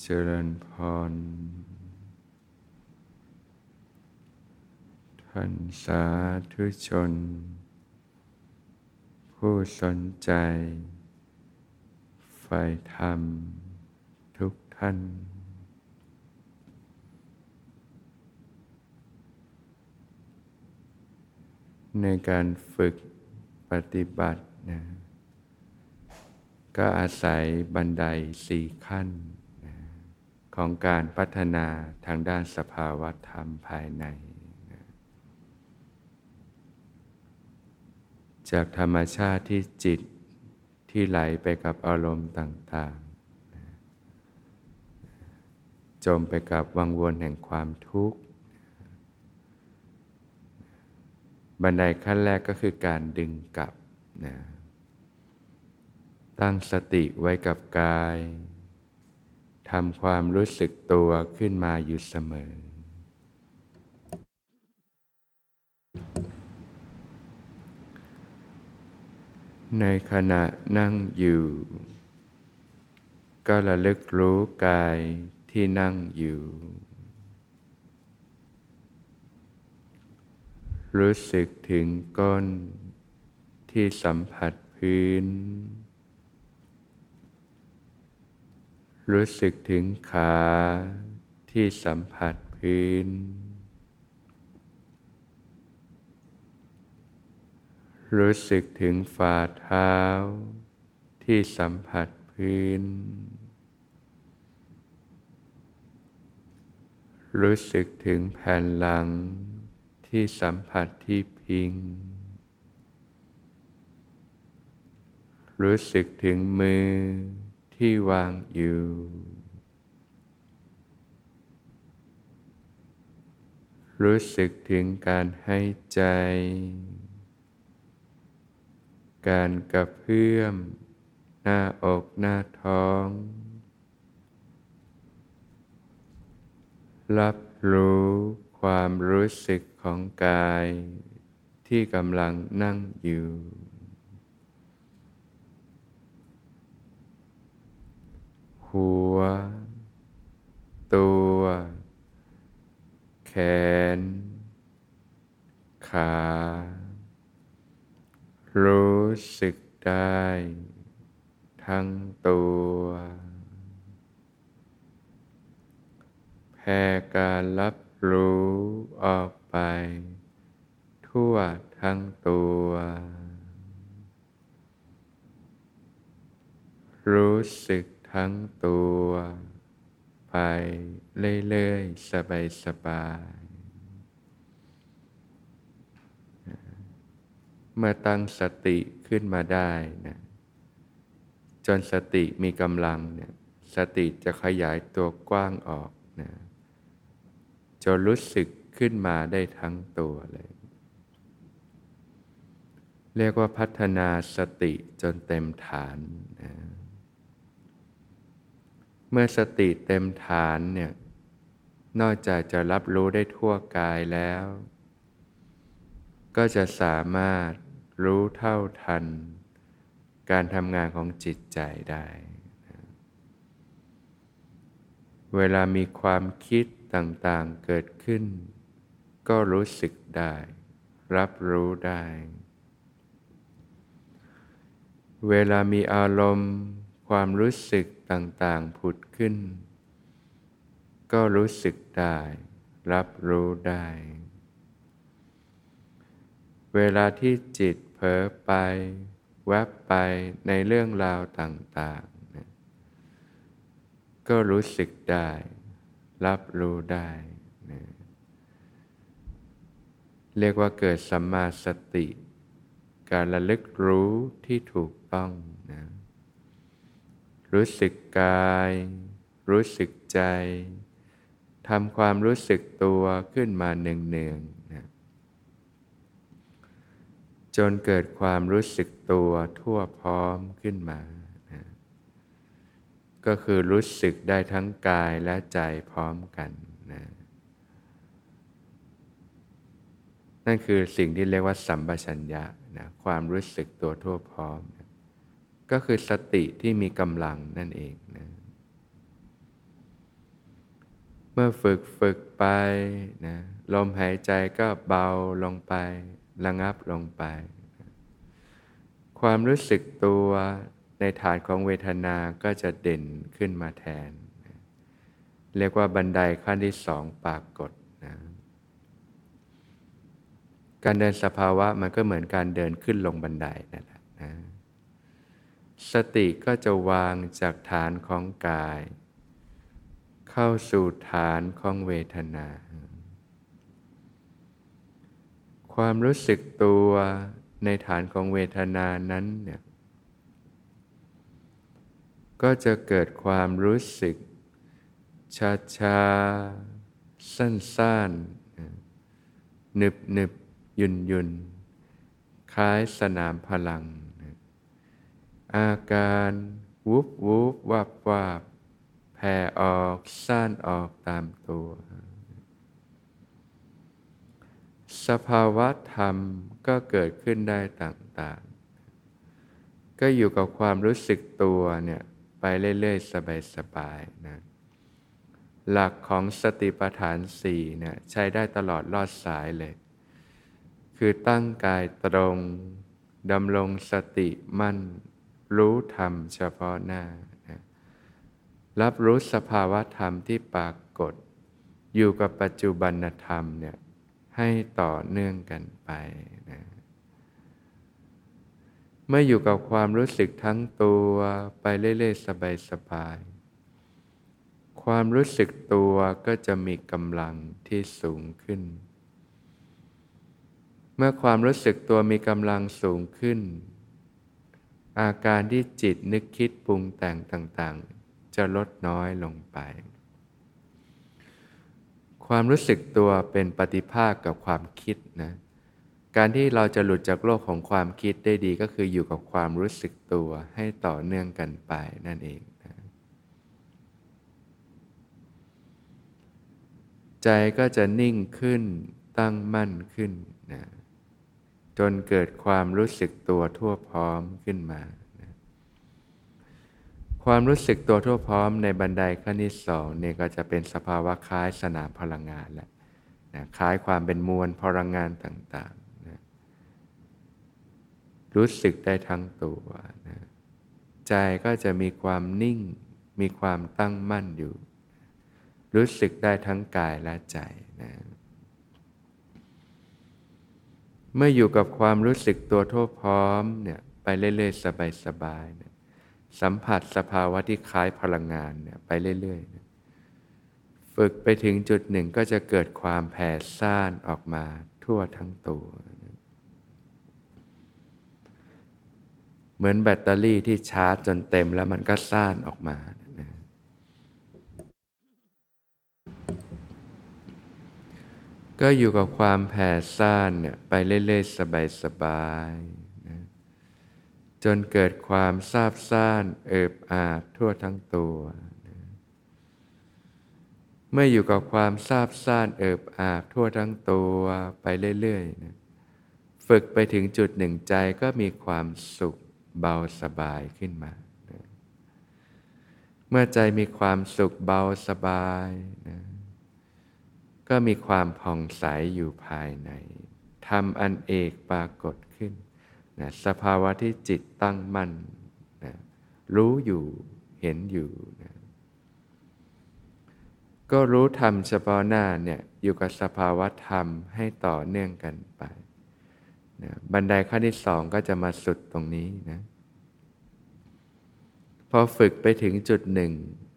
ริญพรท่านสาธุชนผู้สนใจใฝ่ธรรมทุกท่านในการฝึกปฏิบัตินะก็อาศัยบันได4 ขั้นนะของการพัฒนาทางด้านสภาวะธรรมภายในนะจากธรรมชาติที่จิตที่ไหลไปกับอารมณ์ต่างๆนะจมไปกับวังวนแห่งความทุกข์บันไดขั้นแรกก็คือการดึงกลับนะตั้งสติไว้กับกายทำความรู้สึกตัวขึ้นมาอยู่เสมอในขณะนั่งอยู่ก็ระลึกรู้กายที่นั่งอยู่รู้สึกถึงก้นที่สัมผัสพื้นรู้สึกถึงขาที่สัมผัสพื้นรู้สึกถึงฝ่าเท้าที่สัมผัสพื้นรู้สึกถึงแผ่นหลังที่สัมผัสที่พิงรู้สึกถึงมือที่วางอยู่รู้สึกถึงการให้ใจการกระเพื่อมหน้าอกหน้าท้องรับรู้ความรู้สึกของกายที่กำลังนั่งอยู่หัวตัวแขนขารู้สึกได้ทั้งตัวแผ่การรับรู้ออกไปทั่วทั้งตัวรู้สึกทั้งตัวไปเรื่อยๆสบายๆเมื่อตั้งสติขึ้นมาได้นะจนสติมีกำลังเนี่ยสติจะขยายตัวกว้างออกนะจนรู้สึกขึ้นมาได้ทั้งตัวเลยเรียกว่าพัฒนาสติจนเต็มฐานนะเมื่อสติเต็มฐานเนี่ยนอกจากจะรับรู้ได้ทั่วกายแล้วก็จะสามารถรู้เท่าทันการทำงานของจิตใจได้เวลามีความคิดต่างๆเกิดขึ้นก็รู้สึกได้รับรู้ได้เวลามีอารมณ์ความรู้สึกต่างๆผุดขึ้นก็รู้สึกได้รับรู้ได้เวลาที่จิตเผลอไปแวบไปในเรื่องราวต่างๆนะก็รู้สึกได้รับรู้ได้นะเรียกว่าเกิดสัมมาสติการระลึกรู้ที่ถูกต้องนะรู้สึกกายรู้สึกใจทำความรู้สึกตัวขึ้นมาเนืองๆนะจนเกิดความรู้สึกตัวทั่วพร้อมขึ้นมานะก็คือรู้สึกได้ทั้งกายและใจพร้อมกันนะนั่นคือสิ่งที่เรียกว่าสัมปชัญญะนะความรู้สึกตัวทั่วพร้อมนะก็คือสติที่มีกำลังนั่นเองนะมื่อฝึกไปนะลมหายใจก็เบาลงไประงับลงไปความรู้สึกตัวในฐานของเวทนาก็จะเด่นขึ้นมาแทนเรียกว่าบันไดขั้นที่สองปรากฏนะการเดินสภาวะมันก็เหมือนการเดินขึ้นลงบันไดนั่นแหละนะสติก็จะวางจากฐานของกายเข้าสู่ฐานของเวทนาความรู้สึกตัวในฐานของเวทนานั้นเนี่ยก็จะเกิดความรู้สึกช้าๆสั้นๆหนึบๆยุ่นๆคล้ายสนามพลังอาการวุบวุบวับวับแผ่ออกซ่านออกตามตัวสภาวะธรรมก็เกิดขึ้นได้ต่างๆก็อยู่กับความรู้สึกตัวเนี่ยไปเรื่อยๆสบายๆนะหลักของสติปัฏฐานสี่เนี่ยใช้ได้ตลอดรอดสายเลยคือตั้งกายตรงดำรงสติมั่นรู้ธรรมเฉพาะหน้านะรับรู้สภาวะธรรมที่ปรากฏอยู่กับปัจจุบันธรรมเนี่ยให้ต่อเนื่องกันไปนะเมื่ออยู่กับความรู้สึกทั้งตัวไปเรื่อยๆสบายๆความรู้สึกตัวก็จะมีกำลังที่สูงขึ้นเมื่อความรู้สึกตัวมีกำลังสูงขึ้นอาการที่จิตนึกคิดปรุงแต่งต่างๆจะลดน้อยลงไปความรู้สึกตัวเป็นปฏิภาคกับความคิดนะการที่เราจะหลุดจากโลกของความคิดได้ดีก็คืออยู่กับความรู้สึกตัวให้ต่อเนื่องกันไปนั่นเองนะใจก็จะนิ่งขึ้นตั้งมั่นขึ้นนะจนเกิดความรู้สึกตัวทั่วพร้อมขึ้นมานะความรู้สึกตัวทั่วพร้อมในบันไดขั้นที่สองเนี่ยก็จะเป็นสภาวะคล้ายสนามพลังงานแหละนะคล้ายความเป็นมวลพลังงานต่างๆนะรู้สึกได้ทั้งตัวนะใจก็จะมีความนิ่งมีความตั้งมั่นอยู่รู้สึกได้ทั้งกายและใจนะเมื่ออยู่กับความรู้สึกตัวทั่วพร้อมเนี่ยไปเรื่อยๆสบายๆเนี่ยสัมผัสสภาวะที่คล้ายพลังงานเนี่ยไปเรื่อยๆนะฝึกไปถึงจุดหนึ่งก็จะเกิดความแผ่ซ่านออกมาทั่วทั้งตัวนะเหมือนแบตเตอรี่ที่ชาร์จจนเต็มแล้วมันก็ซ่านออกมานะก็อยู่กับความแผ่ซ่านเนี่ยไปเรื่อยๆสบายๆนะจนเกิดความซาบซ่านเอิบอาบทั่วทั้งตัวนะเมื่ออยู่กับความซาบซ่านเอิบอาบทั่วทั้งตัวไปเรื่อยๆนะฝึกไปถึงจุดหนึ่งใจก็มีความสุขเบาสบายขึ้นมานะเมื่อใจมีความสุขเบาสบายนะก็มีความผ่องใสอยู่ภายในธรรมอันเอกปรากฏขึ้นนะสภาวะที่จิตตั้งมั่นนะรู้อยู่เห็นอยู่นะก็รู้ธรรมเฉพาะหน้าเนี่ยอยู่กับสภาวะธรรมให้ต่อเนื่องกันไปนะบันไดขั้นที่สองก็จะมาสุดตรงนี้นะพอฝึกไปถึงจุดหนึ่ง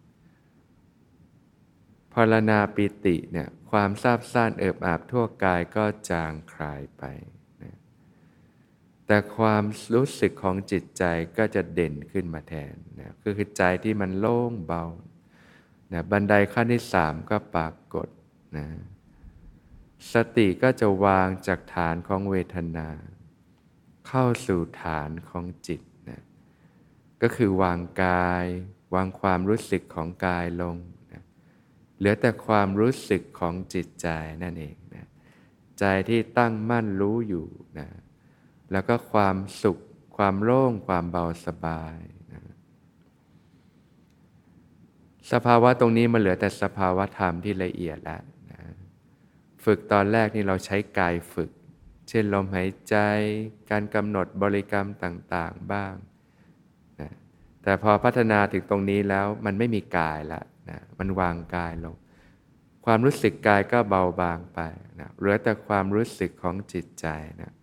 พรณาปิติเนี่ยความซาบซ่านเอิบอาบทั่วกายก็จางคลายไปนะแต่ความรู้สึกของจิตใจก็จะเด่นขึ้นมาแทนนะคือใจที่มันโล่งเบานะบันไดขั้นที่สามก็ปรากฏนะสติก็จะวางจากฐานของเวทนาเข้าสู่ฐานของจิตนะก็คือวางกายวางความรู้สึกของกายลงนะเหลือแต่ความรู้สึกของจิตใจนั่นเองนะใจที่ตั้งมั่นรู้อยู่นะแล้วก็ความสุขความโล่งความเบาสบายนะสภาวะตรงนี้มันเหลือแต่สภาวะธรรมที่ละเอียดแล้วนะฝึกตอนแรกนี่เราใช้กายฝึกเช่นลมหายใจการกำหนดบริกรรมต่างๆบ้างนะแต่พอพัฒนาถึงตรงนี้แล้วมันไม่มีกายแล้วนะมันวางกายลงความรู้สึกกายก็เบาบางไปนะเหลือแต่ความรู้สึกของจิตใจนะ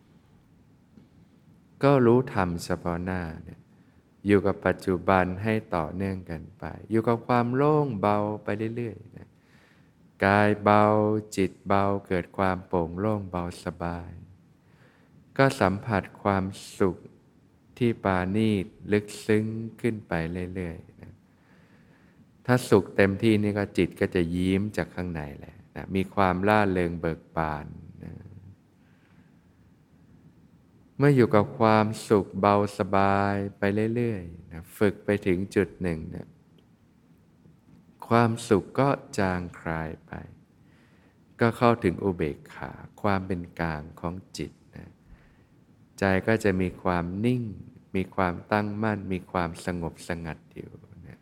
ก็รู้ธรรมเฉพาะหน้าเนี่ยอยู่กับปัจจุบันให้ต่อเนื่องกันไปอยู่กับความโล่งเบาไปเรื่อยๆนะกายเบาจิตเบาเกิดความโปร่งโล่งเบาสบายก็สัมผัสความสุขที่ปราณีตลึกซึ้งขึ้นไปเรื่อยๆนะถ้าสุขเต็มที่นี่ก็จิตก็จะยิ้มจากข้างในแหละนะมีความร่าเริงเบิกบานนะเมื่ออยู่กับความสุขเบาสบายไปเรื่อยๆนะฝึกไปถึงจุดหนึ่งนะความสุขก็จางคลายไปก็เข้าถึงอุเบกขาความเป็นกลางของจิตนะใจก็จะมีความนิ่งมีความตั้งมั่นมีความสงบสงัดอยู่นะ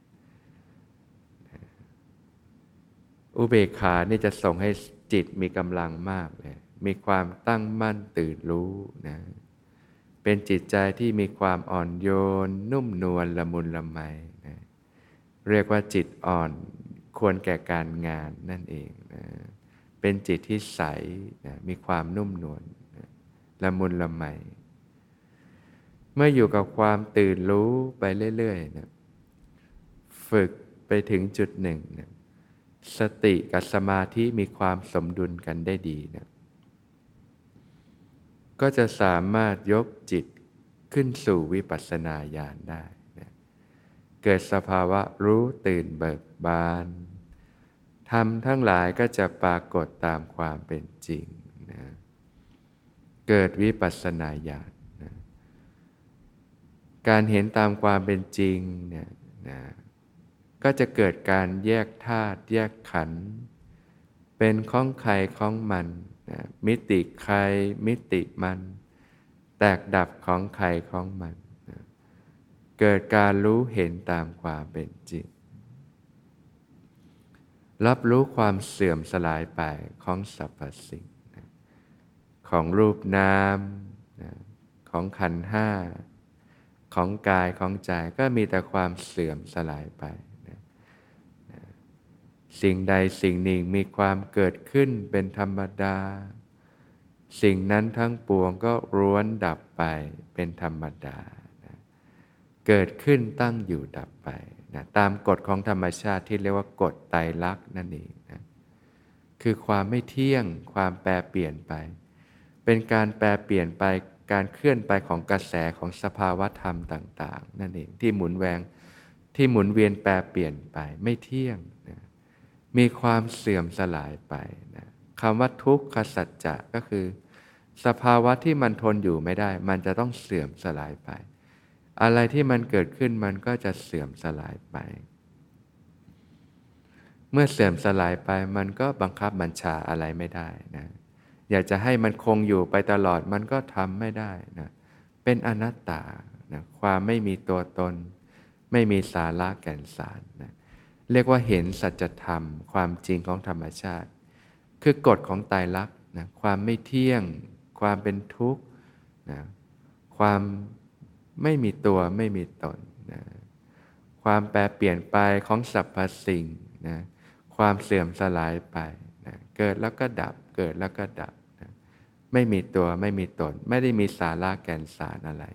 อุเบกขานี่จะส่งให้จิตมีกำลังมากเลยมีความตั้งมั่นตื่นรู้นะเป็นจิตใจที่มีความอ่อนโยนนุ่มนวลละมุนละไมนะเรียกว่าจิตอ่อนควรแก่การงานนั่นเองนะเป็นจิตที่ใสนะมีความนุ่มนวลนะละมุนละไมเมื่ออยู่กับความตื่นรู้ไปเรื่อยๆนะฝึกไปถึงจุดหนึ่งนะสติกับสมาธิมีความสมดุลกันได้ดีนะก็จะสามารถยกจิตขึ้นสู่วิปัสสนาญาณได้นะเกิดสภาวะรู้ตื่นเบิกบานธรรมทั้งหลายก็จะปรากฏตามความเป็นจริงนะเกิดวิปัสสนาญาณนะการเห็นตามความเป็นจริงเนี่ยนะก็จะเกิดการแยกธาตุแยกขันธ์เป็นของใครของมันนะมิติใครมิติมันแตกดับของใครของมันนะเกิดการรู้เห็นตามความเป็นจริงรับรู้ความเสื่อมสลายไปของสรรพสิ่งนะของรูปนามนะของขันธ์ห้าของกายของใจก็มีแต่ความเสื่อมสลายไปนะสิ่งใดสิ่งหนึ่งมีความเกิดขึ้นเป็นธรรมดาสิ่งนั้นทั้งปวงก็ล้วนดับไปเป็นธรรมดานะเกิดขึ้นตั้งอยู่ดับไปนะตามกฎของธรรมชาติที่เรียกว่ากฎไตรลักษณ์นั่นเองนะคือความไม่เที่ยงความแปรเปลี่ยนไปเป็นการแปรเปลี่ยนไปการเคลื่อนไปของกระแสของสภาวธรรมต่างๆนั่นเองที่หมุนเวียนแปรเปลี่ยนไปไม่เที่ยงนะมีความเสื่อมสลายไปนะคำว่าทุกขสัจจะก็คือสภาวะที่มันทนอยู่ไม่ได้มันจะต้องเสื่อมสลายไปอะไรที่มันเกิดขึ้นมันก็จะเสื่อมสลายไปเมื่อเสื่อมสลายไปมันก็บังคับบัญชาอะไรไม่ได้นะอยากจะให้มันคงอยู่ไปตลอดมันก็ทำไม่ได้นะเป็นอนัตตานะความไม่มีตัวตนไม่มีสาระแก่นสารนะเรียกว่าเห็นสัจธรรมความจริงของธรรมชาติคือกฎของไตรลักษณ์นะความไม่เที่ยงความเป็นทุกข์นะความไม่มีตัวไม่มีตนนะความแปรเปลี่ยนไปของสรรพสิ่งนะความเสื่อมสลายไปนะเกิดแล้วก็ดับเกิดแล้วก็ดับนะไม่มีตัวไม่มีตนไม่ได้มีสาระแก่นสารอะไร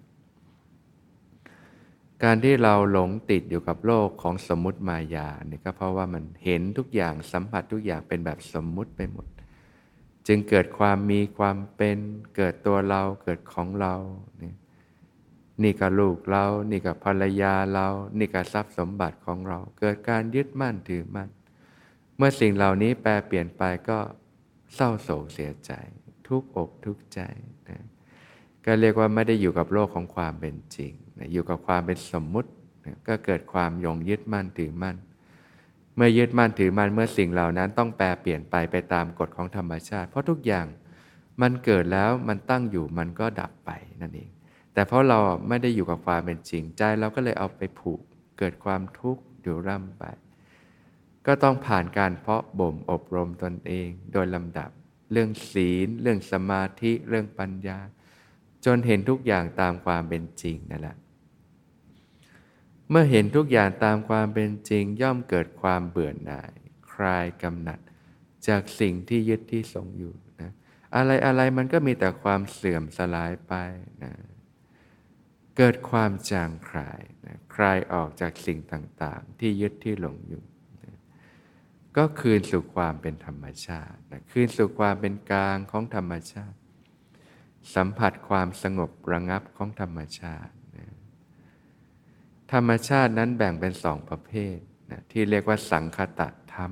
การที่เราหลงติดอยู่กับโลกของสมมุติมายาเนี่ยก็เพราะว่ามันเห็นทุกอย่างสัมผัสทุกอย่างเป็นแบบสมมุติไปหมดจึงเกิดความมีความเป็นเกิดตัวเราเกิดของเราเนี่ยนี่ก็ลูกเรานี่ก็ภรรยาเรานี่ก็ทรัพย์สมบัติของเราเกิดการยึดมั่นถือมั่นเมื่อสิ่งเหล่านี้แปรเปลี่ยนไปก็เศร้าโศกเสียใจทุกข์อกทุกข์ใจนะก็เรียกว่าไม่ได้อยู่กับโลกของความเป็นจริงนะอยู่กับความเป็นสมมุตินะก็เกิดความยงยึดมั่นถือมั่นเมื่อยึดมั่นถือมั่นเมื่อสิ่งเหล่านั้นต้องแปรเปลี่ยนไปตามกฎของธรรมชาติเพราะทุกอย่างมันเกิดแล้วมันตั้งอยู่มันก็ดับไปนั่นเองแต่เพราะเราไม่ได้อยู่กับความเป็นจริงใจเราก็เลยเอาไปผูกเกิดความทุกข์อยู่ร่ำไปก็ต้องผ่านการเพาะบ่มอบรมตนเองโดยลำดับเรื่องศีลเรื่องสมาธิเรื่องปัญญาจนเห็นทุกอย่างตามความเป็นจริงนั่นแหละเมื่อเห็นทุกอย่างตามความเป็นจริงย่อมเกิดความเบื่อหน่ายคลายกำหนัดจากสิ่งที่ยึดที่ทรงอยู่นะอะไรมันก็มีแต่ความเสื่อมสลายไปนะเกิดความจางคลายนะคลายออกจากสิ่งต่างๆที่ยึดที่หลงอยู่นะก็คืนสู่ความเป็นธรรมชาตินะคืนสู่ความเป็นกลางของธรรมชาติสัมผัสความสงบระงับของธรรมชาตินะธรรมชาตินั้นแบ่งเป็นสองประเภทนะที่เรียกว่าสังคตธรรม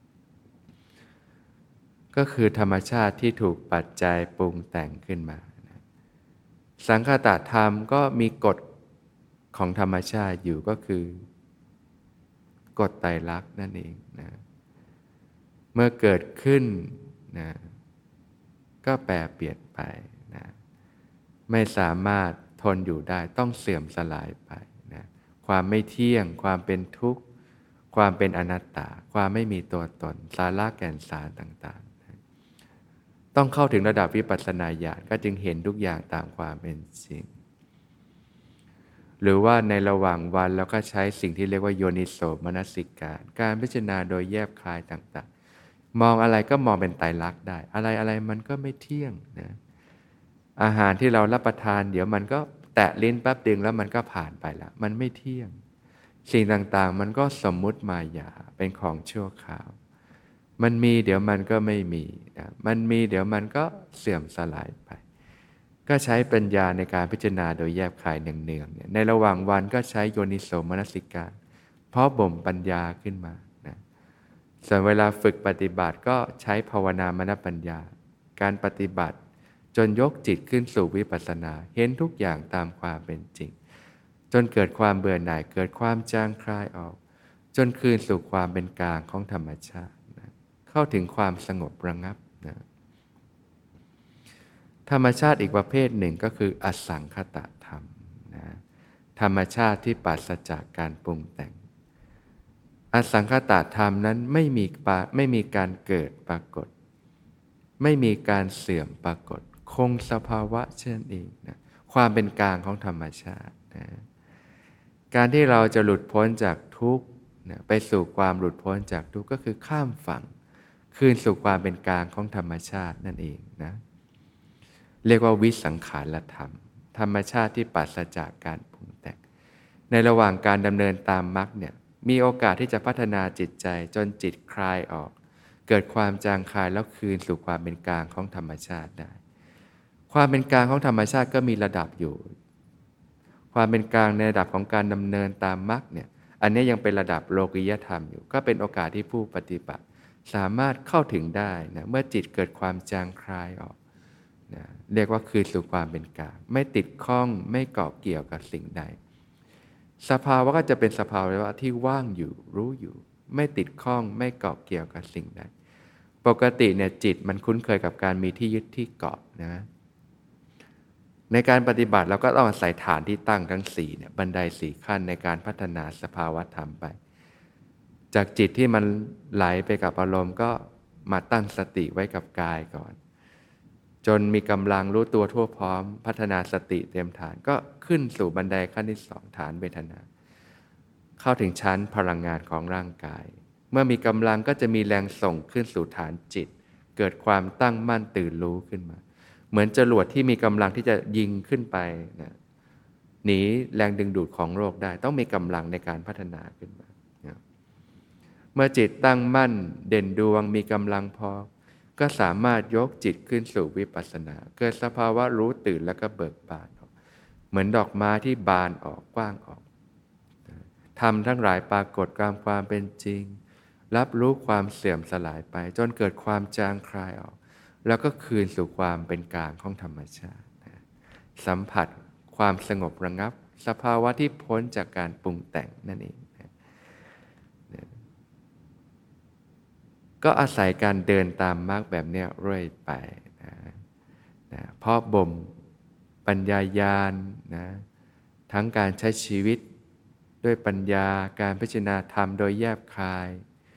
ก็คือธรรมชาติที่ถูกปัจจัยปรุงแต่งขึ้นมานะสังคตธรรมก็มีกฎของธรรมชาติอยู่ก็คือกฎไตรลักษณ์นั่นเองนะเมื่อเกิดขึ้นนะก็แปรเปลี่ยนไปนะไม่สามารถทนอยู่ได้ต้องเสื่อมสลายไปนะความไม่เที่ยงความเป็นทุกข์ความเป็นอนัตตาความไม่มีตัวตนสาระแก่นสารต่างๆนะต้องเข้าถึงระดับวิปัสสนาญาณก็จึงเห็นทุกอย่างตามความเป็นจริงหรือว่าในระหว่างวันเราก็ใช้สิ่งที่เรียกว่าโยนิโสมนสิการการพิจารณาโดยแยบคายต่างๆมองอะไรก็มองเป็นไตรลักษณ์ได้อะไรมันก็ไม่เที่ยงนะอาหารที่เรารับประทานเดี๋ยวมันก็แตะลิ้นแป๊บเดียวแล้วมันก็ผ่านไปละมันไม่เที่ยงสิ่งต่างๆมันก็สมมุติมายาเป็นของชั่วคราวมันมีเดี๋ยวมันก็ไม่มีนะมันมีเดี๋ยวมันก็เสื่อมสลายไปก็ใช้ปัญญาในการพิจารณาโดยแยบคายเนืองๆเนี่ยในระหว่างวันก็ใช้โยนิโสมนสิการเพราะบ่มปัญญาขึ้นมานะส่วนเวลาฝึกปฏิบัติก็ใช้ภาวนามนปัญญาการปฏิบัติจนยกจิตขึ้นสู่วิปัสสนาเห็นทุกอย่างตามความเป็นจริงจนเกิดความเบื่อหน่ายเกิดความจางคลายออกจนคืนสู่ความเป็นกลางของธรรมชาตินะเข้าถึงความสงบระงับนะธรรมชาติอีกประเภทหนึ่งก็คืออสังคตธรรมนะธรรมชาติที่ปราศจากการปรุงแต่งอสังคตธรรมนั้นไม่มีการเกิดปรากฏไม่มีการเสื่อมปรากฏคงสภาวะเช่นเองนะความเป็นกลางของธรรมชาตินะการที่เราจะหลุดพ้นจากทุกข์นะไปสู่ความหลุดพ้นจากทุกข์ก็คือข้ามฝั่งคืนสู่ความเป็นกลางของธรรมชาตินั่นเองนะเรียกว่าวิสังขารธรรมธรรมชาติที่ปราศจากการปรุงแต่งในระหว่างการดำเนินตามมรรคเนี่ยมีโอกาสที่จะพัฒนาจิตใจจนจิตคลายออกเกิดความจางคลายแล้วคืนสู่ความเป็นกลางของธรรมชาติได้ความเป็นกลางของธรรมชาติก็มีระดับอยู่ความเป็นกลางในระดับของการดำเนินตามมรรคเนี่ยอันนี้ยังเป็นระดับโลกิยธรรมอยู่ก็เป็นโอกาสที่ผู้ปฏิบัติสามารถเข้าถึงได้นะเมื่อจิตเกิดความจางคลายออกนะเรียกว่าคืนสู่ความเป็นกลางไม่ติดข้องไม่เกาะเกี่ยวกับสิ่งใดสภาวะก็จะเป็นสภาวะที่ว่างอยู่รู้อยู่ไม่ติดข้องไม่เกาะเกี่ยวกับสิ่งใดปกติเนี่ยจิตมันคุ้นเคยกับการมีที่ยึดที่เกาะนะในการปฏิบัติเราก็ต้องอาศัยฐานที่ตั้งทั้ง4เนี่ยบันได4ขั้นในการพัฒนาสภาวะธรรมไปจากจิตที่มันไหลไปกับอารมณ์ก็มาตั้งสติไว้กับกายก่อนจนมีกำลังรู้ตัวทั่วพร้อมพัฒนาสติเต็มฐานก็ขึ้นสู่บันไดขั้นที่2ฐานเวทนาเข้าถึงชั้นพลังงานของร่างกายเมื่อมีกำลังก็จะมีแรงส่งขึ้นสู่ฐานจิตเกิดความตั้งมั่นตื่นรู้ขึ้นมาเหมือนจรวดที่มีกำลังที่จะยิงขึ้นไปนะหนีแรงดึงดูดของโลกได้ต้องมีกำลังในการพัฒนาขึ้นมานะเมื่อจิตตั้งมั่นเด่นดวงมีกำลังพอก็สามารถยกจิตขึ้นสู่วิปัสสนาเกิดสภาวะรู้ตื่นแล้วก็เบิกบานออกเหมือนดอกไม้ที่บานออกกว้างออกธรรมทั้งหลายปรากฏตามความเป็นจริงรับรู้ความเสื่อมสลายไปจนเกิดความจางคลายออกแล้วก็คืนสู่ความเป็นกลางของธรรมชาติสัมผัสความสงบระงับสภาวะที่พ้นจากการปรุงแต่งนั่นเองก็อาศัยการเดินตามมรรคแบบนี้เรื่อยไปเพราะบ่มปัญญาญาณนะทั้งการใช้ชีวิตด้วยปัญญาการพิจารณาธรรมโดยแยบคาย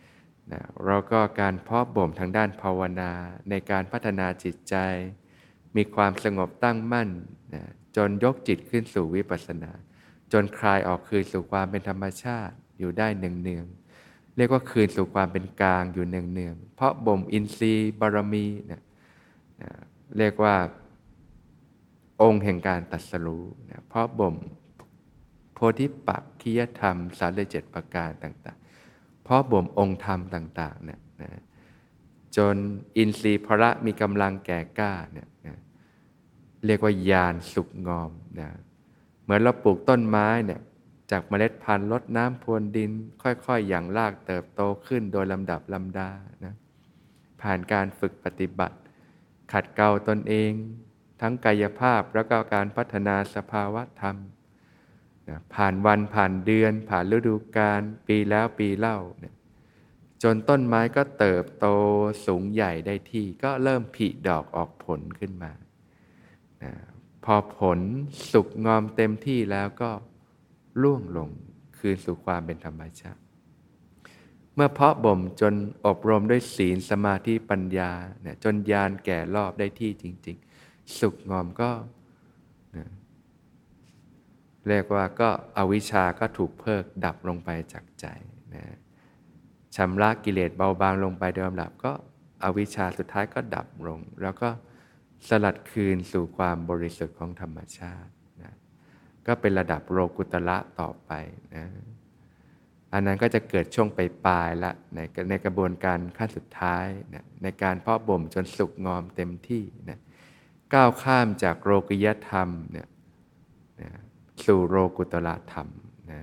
นะแล้วก็การเพาะบ่มทางด้านภาวนาในการพัฒนาจิตใจมีความสงบตั้งมั่นนะจนยกจิตขึ้นสู่วิปัสสนาจนคลายออกคืนสู่ความเป็นธรรมชาติอยู่ได้เนืองๆเรียกว่าคืนสู่ความเป็นกลางอยู่เนืองๆเพราะบ่มอินทรีย์บารมีนะเรียกว่าองค์แห่งการตรัสรู้นะเพราะบ่มโพธิปักขิยธรรม37ประการต่างๆเพราะบ่มองค์ธรรมต่างๆนะจนอินทรีย์พละมีกำลังแก่กล้าเนี่ยนะเรียกว่าญาณสุกงอมนะเหมือนเราปลูกต้นไม้เนี่ยจากเมล็ดพันธุ์รดน้ำพรวนดินค่อยๆอย่างรากเติบโตขึ้นโดยลำดับลำดานะผ่านการฝึกปฏิบัติขัดเกลาตนเองทั้งกายภาพแล้วก็การพัฒนาสภาวะธรรมนะผ่านวันผ่านเดือนผ่านฤดูกาลปีแล้วปีเล่าเนี่ยจนต้นไม้ก็เติบโตสูงใหญ่ได้ที่ก็เริ่มผลิดอกออกผลขึ้นมานะพอผลสุกงอมเต็มที่แล้วก็ร่วงลงคืนสู่ความเป็นธรรมชาติเมื่อเพาะบ่มจนอบรมด้วยศีลสมาธิปัญญาเนี่ยจนญาณแก่รอบได้ที่จริงๆสุกงอมก็นะเรียกว่าก็อวิชชาก็ถูกเพิกดับลงไปจากใจนะชำระกิเลสเบาบางลงไปโดยลำดับก็อวิชชาสุดท้ายก็ดับลงแล้วก็สลัดคืนสู่ความบริสุทธิ์ของธรรมชาตินะก็เป็นระดับโลกุตระต่อไปนะอันนั้นก็จะเกิดช่วงปลายๆละในกระบวนการขั้นสุดท้ายนะในการเพาะบ่มจนสุกงอมเต็มที่นะก้าวข้ามจากโลกิยธรรมเนี่ยนะสู่โลกุตระธรรมนะ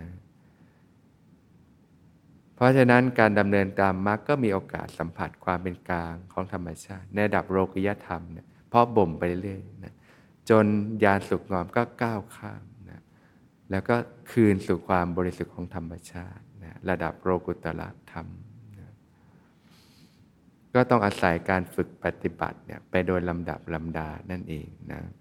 เพราะฉะนั้นการดำเนินตามมรรคก็มีโอกาสสัมผัสความเป็นกลางของธรรมชาติในระดับโลกิยธรรมเนี่ยเพาะบ่มไปเรื่อยๆนะจนญาณสุกงอมก็ก้าวข้ามนะแล้วก็คืนสู่ความบริสุทธิ์ของธรรมชาตินะระดับโลกุตระธรรมนะก็ต้องอาศัยการฝึกปฏิบัติเนี่ยไปโดยลำดับลำดานั่นเองนะ